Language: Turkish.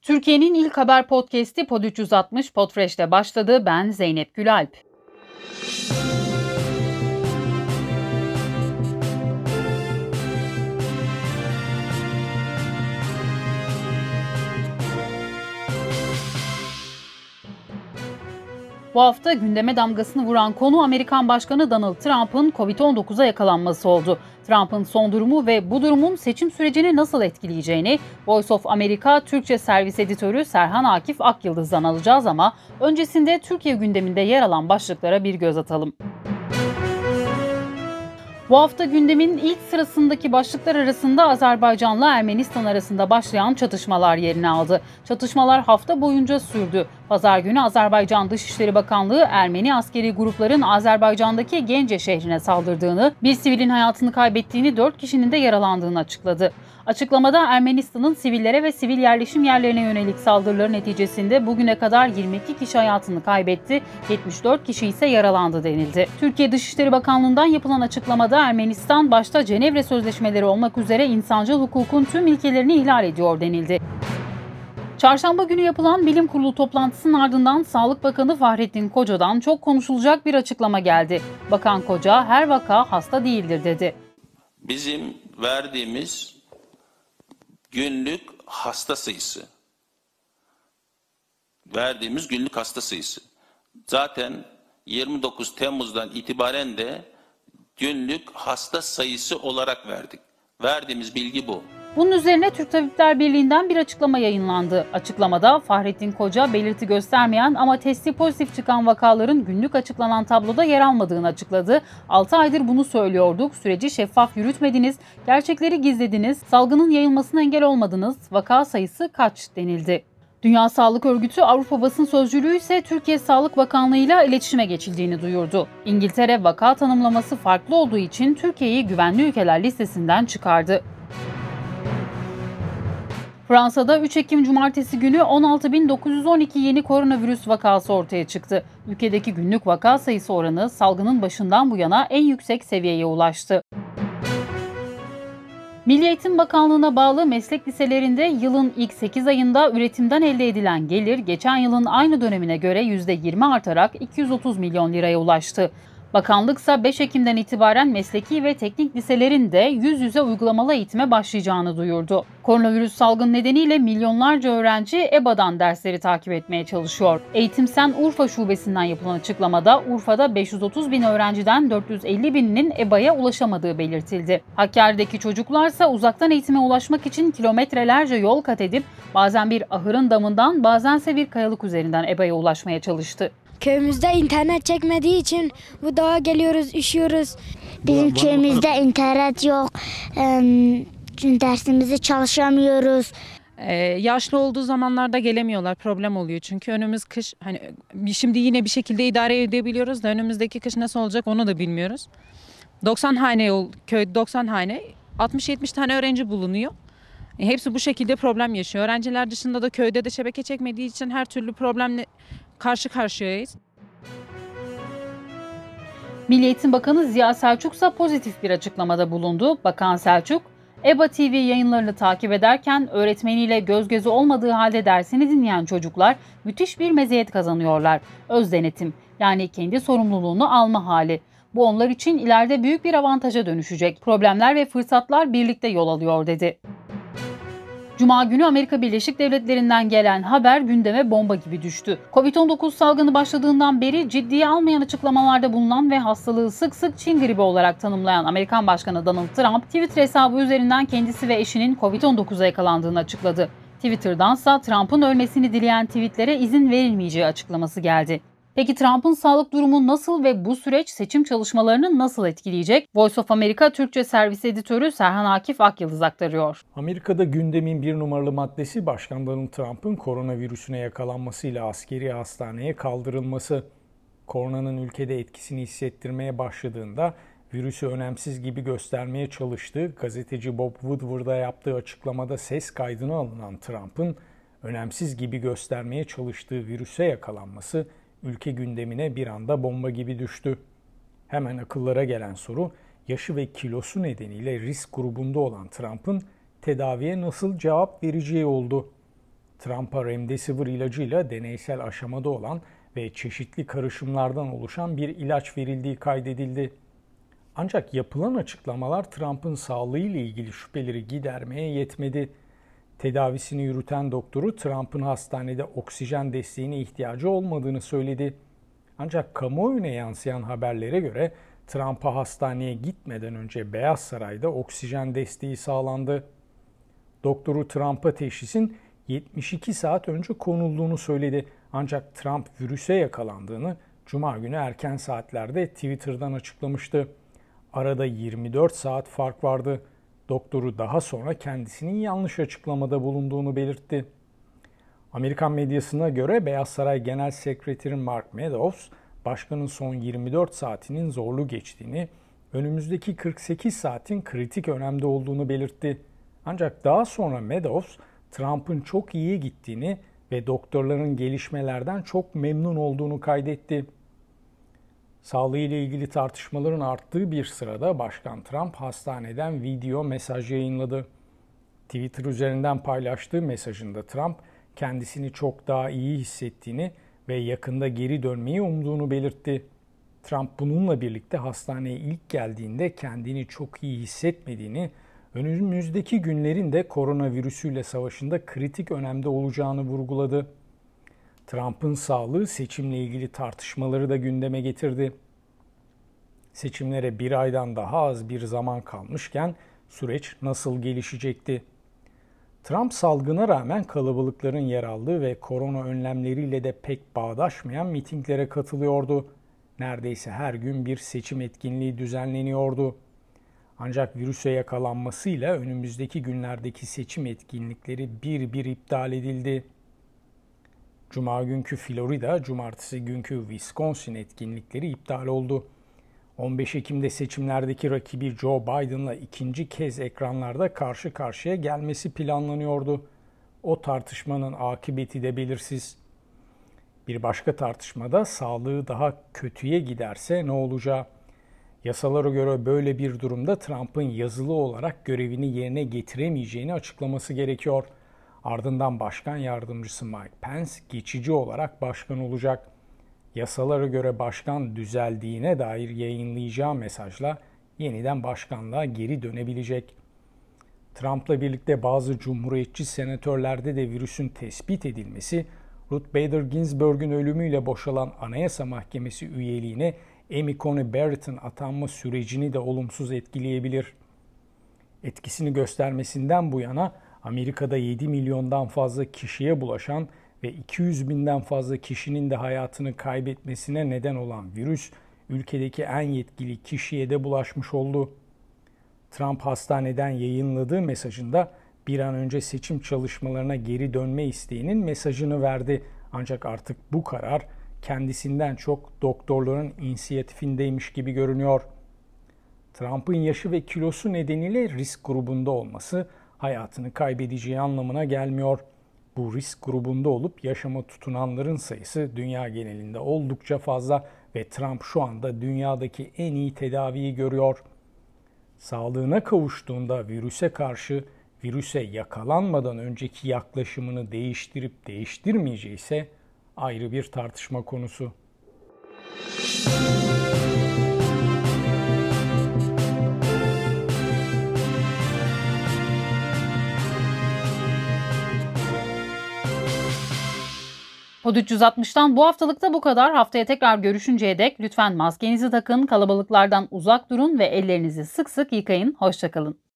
Türkiye'nin ilk haber podcast'i Pod 360 Podfresh'te başladı. Ben Zeynep Gülalp. Bu hafta gündeme damgasını vuran konu Amerikan Başkanı Donald Trump'ın Covid-19'a yakalanması oldu. Trump'ın son durumu ve bu durumun seçim sürecini nasıl etkileyeceğini Voice of America Türkçe servis editörü Serhan Akif Akyıldız'dan alacağız ama öncesinde Türkiye gündeminde yer alan başlıklara bir göz atalım. Bu hafta gündemin ilk sırasındaki başlıklar arasında Azerbaycan'la Ermenistan arasında başlayan çatışmalar yerini aldı. Çatışmalar hafta boyunca sürdü. Pazar günü Azerbaycan Dışişleri Bakanlığı Ermeni askeri grupların Azerbaycan'daki Gence şehrine saldırdığını, bir sivilin hayatını kaybettiğini, 4 kişinin de yaralandığını açıkladı. Açıklamada Ermenistan'ın sivillere ve sivil yerleşim yerlerine yönelik saldırıları neticesinde bugüne kadar 22 kişi hayatını kaybetti, 74 kişi ise yaralandı denildi. Türkiye Dışişleri Bakanlığı'ndan yapılan açıklamada Ermenistan başta Cenevre Sözleşmeleri olmak üzere insancıl hukukun tüm ilkelerini ihlal ediyor denildi. Çarşamba günü yapılan Bilim Kurulu toplantısının ardından Sağlık Bakanı Fahrettin Koca'dan çok konuşulacak bir açıklama geldi. Bakan Koca her vaka hasta değildir dedi. Bizim verdiğimiz günlük hasta sayısı. Zaten 29 Temmuz'dan itibaren de günlük hasta sayısı olarak verdik. Verdiğimiz bilgi bu. Bunun üzerine Türk Tabipler Birliği'nden bir açıklama yayınlandı. Açıklamada Fahrettin Koca belirti göstermeyen ama testi pozitif çıkan vakaların günlük açıklanan tabloda yer almadığını açıkladı. 6 aydır bunu söylüyorduk. Süreci şeffaf yürütmediniz, gerçekleri gizlediniz, salgının yayılmasına engel olmadınız. Vaka sayısı kaç denildi. Dünya Sağlık Örgütü Avrupa Basın Sözcülüğü ise Türkiye Sağlık Bakanlığı ile iletişime geçildiğini duyurdu. İngiltere vaka tanımlaması farklı olduğu için Türkiye'yi güvenli ülkeler listesinden çıkardı. Fransa'da 3 Ekim Cumartesi günü 16.912 yeni koronavirüs vakası ortaya çıktı. Ülkedeki günlük vaka sayısı oranı salgının başından bu yana en yüksek seviyeye ulaştı. Milli Eğitim Bakanlığı'na bağlı meslek liselerinde yılın ilk 8 ayında üretimden elde edilen gelir geçen yılın aynı dönemine göre %20 artarak 230 milyon liraya ulaştı. Bakanlık ise 5 Ekim'den itibaren mesleki ve teknik liselerin de yüz yüze uygulamalı eğitime başlayacağını duyurdu. Koronavirüs salgını nedeniyle milyonlarca öğrenci EBA'dan dersleri takip etmeye çalışıyor. Eğitimsen Urfa Şubesi'nden yapılan açıklamada Urfa'da 530 bin öğrenciden 450 bininin EBA'ya ulaşamadığı belirtildi. Hakkari'deki çocuklarsa uzaktan eğitime ulaşmak için kilometrelerce yol kat edip bazen bir ahırın damından bazense bir kayalık üzerinden EBA'ya ulaşmaya çalıştı. Köyümüzde internet çekmediği için bu dağa geliyoruz, üşüyoruz. Bizim köyümüzde internet yok. Dersimizi çalışamıyoruz. Yaşlı olduğu zamanlarda gelemiyorlar. Problem oluyor çünkü önümüz kış. Şimdi yine bir şekilde idare edebiliyoruz da önümüzdeki kış nasıl olacak onu da bilmiyoruz. 90 hane köy 90 hane 60-70 tane öğrenci bulunuyor. Hepsi bu şekilde problem yaşıyor. Öğrenciler dışında da köyde de şebeke çekmediği için her türlü problemle karşı karşıyayız. Milli Eğitim Bakanı Ziya Selçuk ise pozitif bir açıklamada bulundu. Bakan Selçuk, EBA TV yayınlarını takip ederken öğretmeniyle göz göze olmadığı halde dersini dinleyen çocuklar müthiş bir meziyet kazanıyorlar. Öz denetim, yani kendi sorumluluğunu alma hali. Bu onlar için ileride büyük bir avantaja dönüşecek. Problemler ve fırsatlar birlikte yol alıyor dedi. Cuma günü Amerika Birleşik Devletleri'nden gelen haber gündeme bomba gibi düştü. Covid-19 salgını başladığından beri ciddiye almayan açıklamalarda bulunan ve hastalığı sık sık Çin gribi olarak tanımlayan Amerikan Başkanı Donald Trump, Twitter hesabı üzerinden kendisi ve eşinin Covid-19'a yakalandığını açıkladı. Twitter'dansa Trump'ın ölmesini dileyen tweetlere izin verilmeyeceği açıklaması geldi. Peki Trump'ın sağlık durumu nasıl ve bu süreç seçim çalışmalarını nasıl etkileyecek? Voice of America Türkçe servis editörü Serhan Akif Akyıldız aktarıyor. Amerika'da gündemin bir numaralı maddesi Başkan Donald Trump'ın koronavirüsüne yakalanmasıyla askeri hastaneye kaldırılması. Koronanın ülkede etkisini hissettirmeye başladığında virüsü önemsiz gibi göstermeye çalıştığı gazeteci Bob Woodward'a yaptığı açıklamada ses kaydına alınan Trump'ın önemsiz gibi göstermeye çalıştığı virüse yakalanması ülke gündemine bir anda bomba gibi düştü. Hemen akıllara gelen soru, yaşı ve kilosu nedeniyle risk grubunda olan Trump'ın tedaviye nasıl cevap vereceği oldu. Trump'a Remdesivir ilacıyla deneysel aşamada olan ve çeşitli karışımlardan oluşan bir ilaç verildiği kaydedildi. Ancak yapılan açıklamalar Trump'ın sağlığı ile ilgili şüpheleri gidermeye yetmedi. Tedavisini yürüten doktoru Trump'ın hastanede oksijen desteğine ihtiyacı olmadığını söyledi. Ancak kamuoyuna yansıyan haberlere göre Trump'a hastaneye gitmeden önce Beyaz Saray'da oksijen desteği sağlandı. Doktoru Trump'a teşhisin 72 saat önce konulduğunu söyledi. Ancak Trump virüse yakalandığını Cuma günü erken saatlerde Twitter'dan açıklamıştı. Arada 24 saat fark vardı. Doktoru daha sonra kendisinin yanlış açıklamada bulunduğunu belirtti. Amerikan medyasına göre Beyaz Saray Genel Sekreteri Mark Meadows, başkanın son 24 saatinin zorlu geçtiğini, önümüzdeki 48 saatin kritik önemde olduğunu belirtti. Ancak daha sonra Meadows, Trump'ın çok iyi gittiğini ve doktorların gelişmelerden çok memnun olduğunu kaydetti. Sağlığı ile ilgili tartışmaların arttığı bir sırada Başkan Trump hastaneden video mesaj yayınladı. Twitter üzerinden paylaştığı mesajında Trump kendisini çok daha iyi hissettiğini ve yakında geri dönmeyi umduğunu belirtti. Trump bununla birlikte hastaneye ilk geldiğinde kendini çok iyi hissetmediğini, önümüzdeki günlerin de koronavirüsüyle savaşında kritik önemde olacağını vurguladı. Trump'ın sağlığı seçimle ilgili tartışmaları da gündeme getirdi. Seçimlere bir aydan daha az bir zaman kalmışken süreç nasıl gelişecekti? Trump salgına rağmen kalabalıkların yer aldığı ve korona önlemleriyle de pek bağdaşmayan mitinglere katılıyordu. Neredeyse her gün bir seçim etkinliği düzenleniyordu. Ancak virüse yakalanmasıyla önümüzdeki günlerdeki seçim etkinlikleri bir bir iptal edildi. Cuma günkü Florida, cumartesi günkü Wisconsin etkinlikleri iptal oldu. 15 Ekim'de seçimlerdeki rakibi Joe Biden'la ikinci kez ekranlarda karşı karşıya gelmesi planlanıyordu. O tartışmanın akıbeti de belirsiz. Bir başka tartışmada sağlığı daha kötüye giderse ne olacağı. Yasalara göre böyle bir durumda Trump'ın yazılı olarak görevini yerine getiremeyeceğini açıklaması gerekiyor. Ardından Başkan Yardımcısı Mike Pence geçici olarak başkan olacak. Yasalara göre başkan düzeldiğine dair yayınlayacağı mesajla yeniden başkanlığa geri dönebilecek. Trump'la birlikte bazı cumhuriyetçi senatörlerde de virüsün tespit edilmesi, Ruth Bader Ginsburg'un ölümüyle boşalan Anayasa Mahkemesi üyeliğine Amy Coney Barrett'ın atanma sürecini de olumsuz etkileyebilir. Etkisini göstermesinden bu yana Amerika'da 7 milyondan fazla kişiye bulaşan ve 200 binden fazla kişinin de hayatını kaybetmesine neden olan virüs, ülkedeki en yetkili kişiye de bulaşmış oldu. Trump hastaneden yayınladığı mesajında bir an önce seçim çalışmalarına geri dönme isteğinin mesajını verdi. Ancak artık bu karar kendisinden çok doktorların inisiyatifindeymiş gibi görünüyor. Trump'ın yaşı ve kilosu nedeniyle risk grubunda olması hayatını kaybedeceği anlamına gelmiyor. Bu risk grubunda olup yaşama tutunanların sayısı dünya genelinde oldukça fazla ve Trump şu anda dünyadaki en iyi tedaviyi görüyor. Sağlığına kavuştuğunda virüse karşı virüse yakalanmadan önceki yaklaşımını değiştirip değiştirmeyeceği ise ayrı bir tartışma konusu. Pod 360'tan bu haftalıkta bu kadar. Haftaya tekrar görüşünceye dek lütfen maskenizi takın, kalabalıklardan uzak durun ve ellerinizi sık sık yıkayın. Hoşça kalın.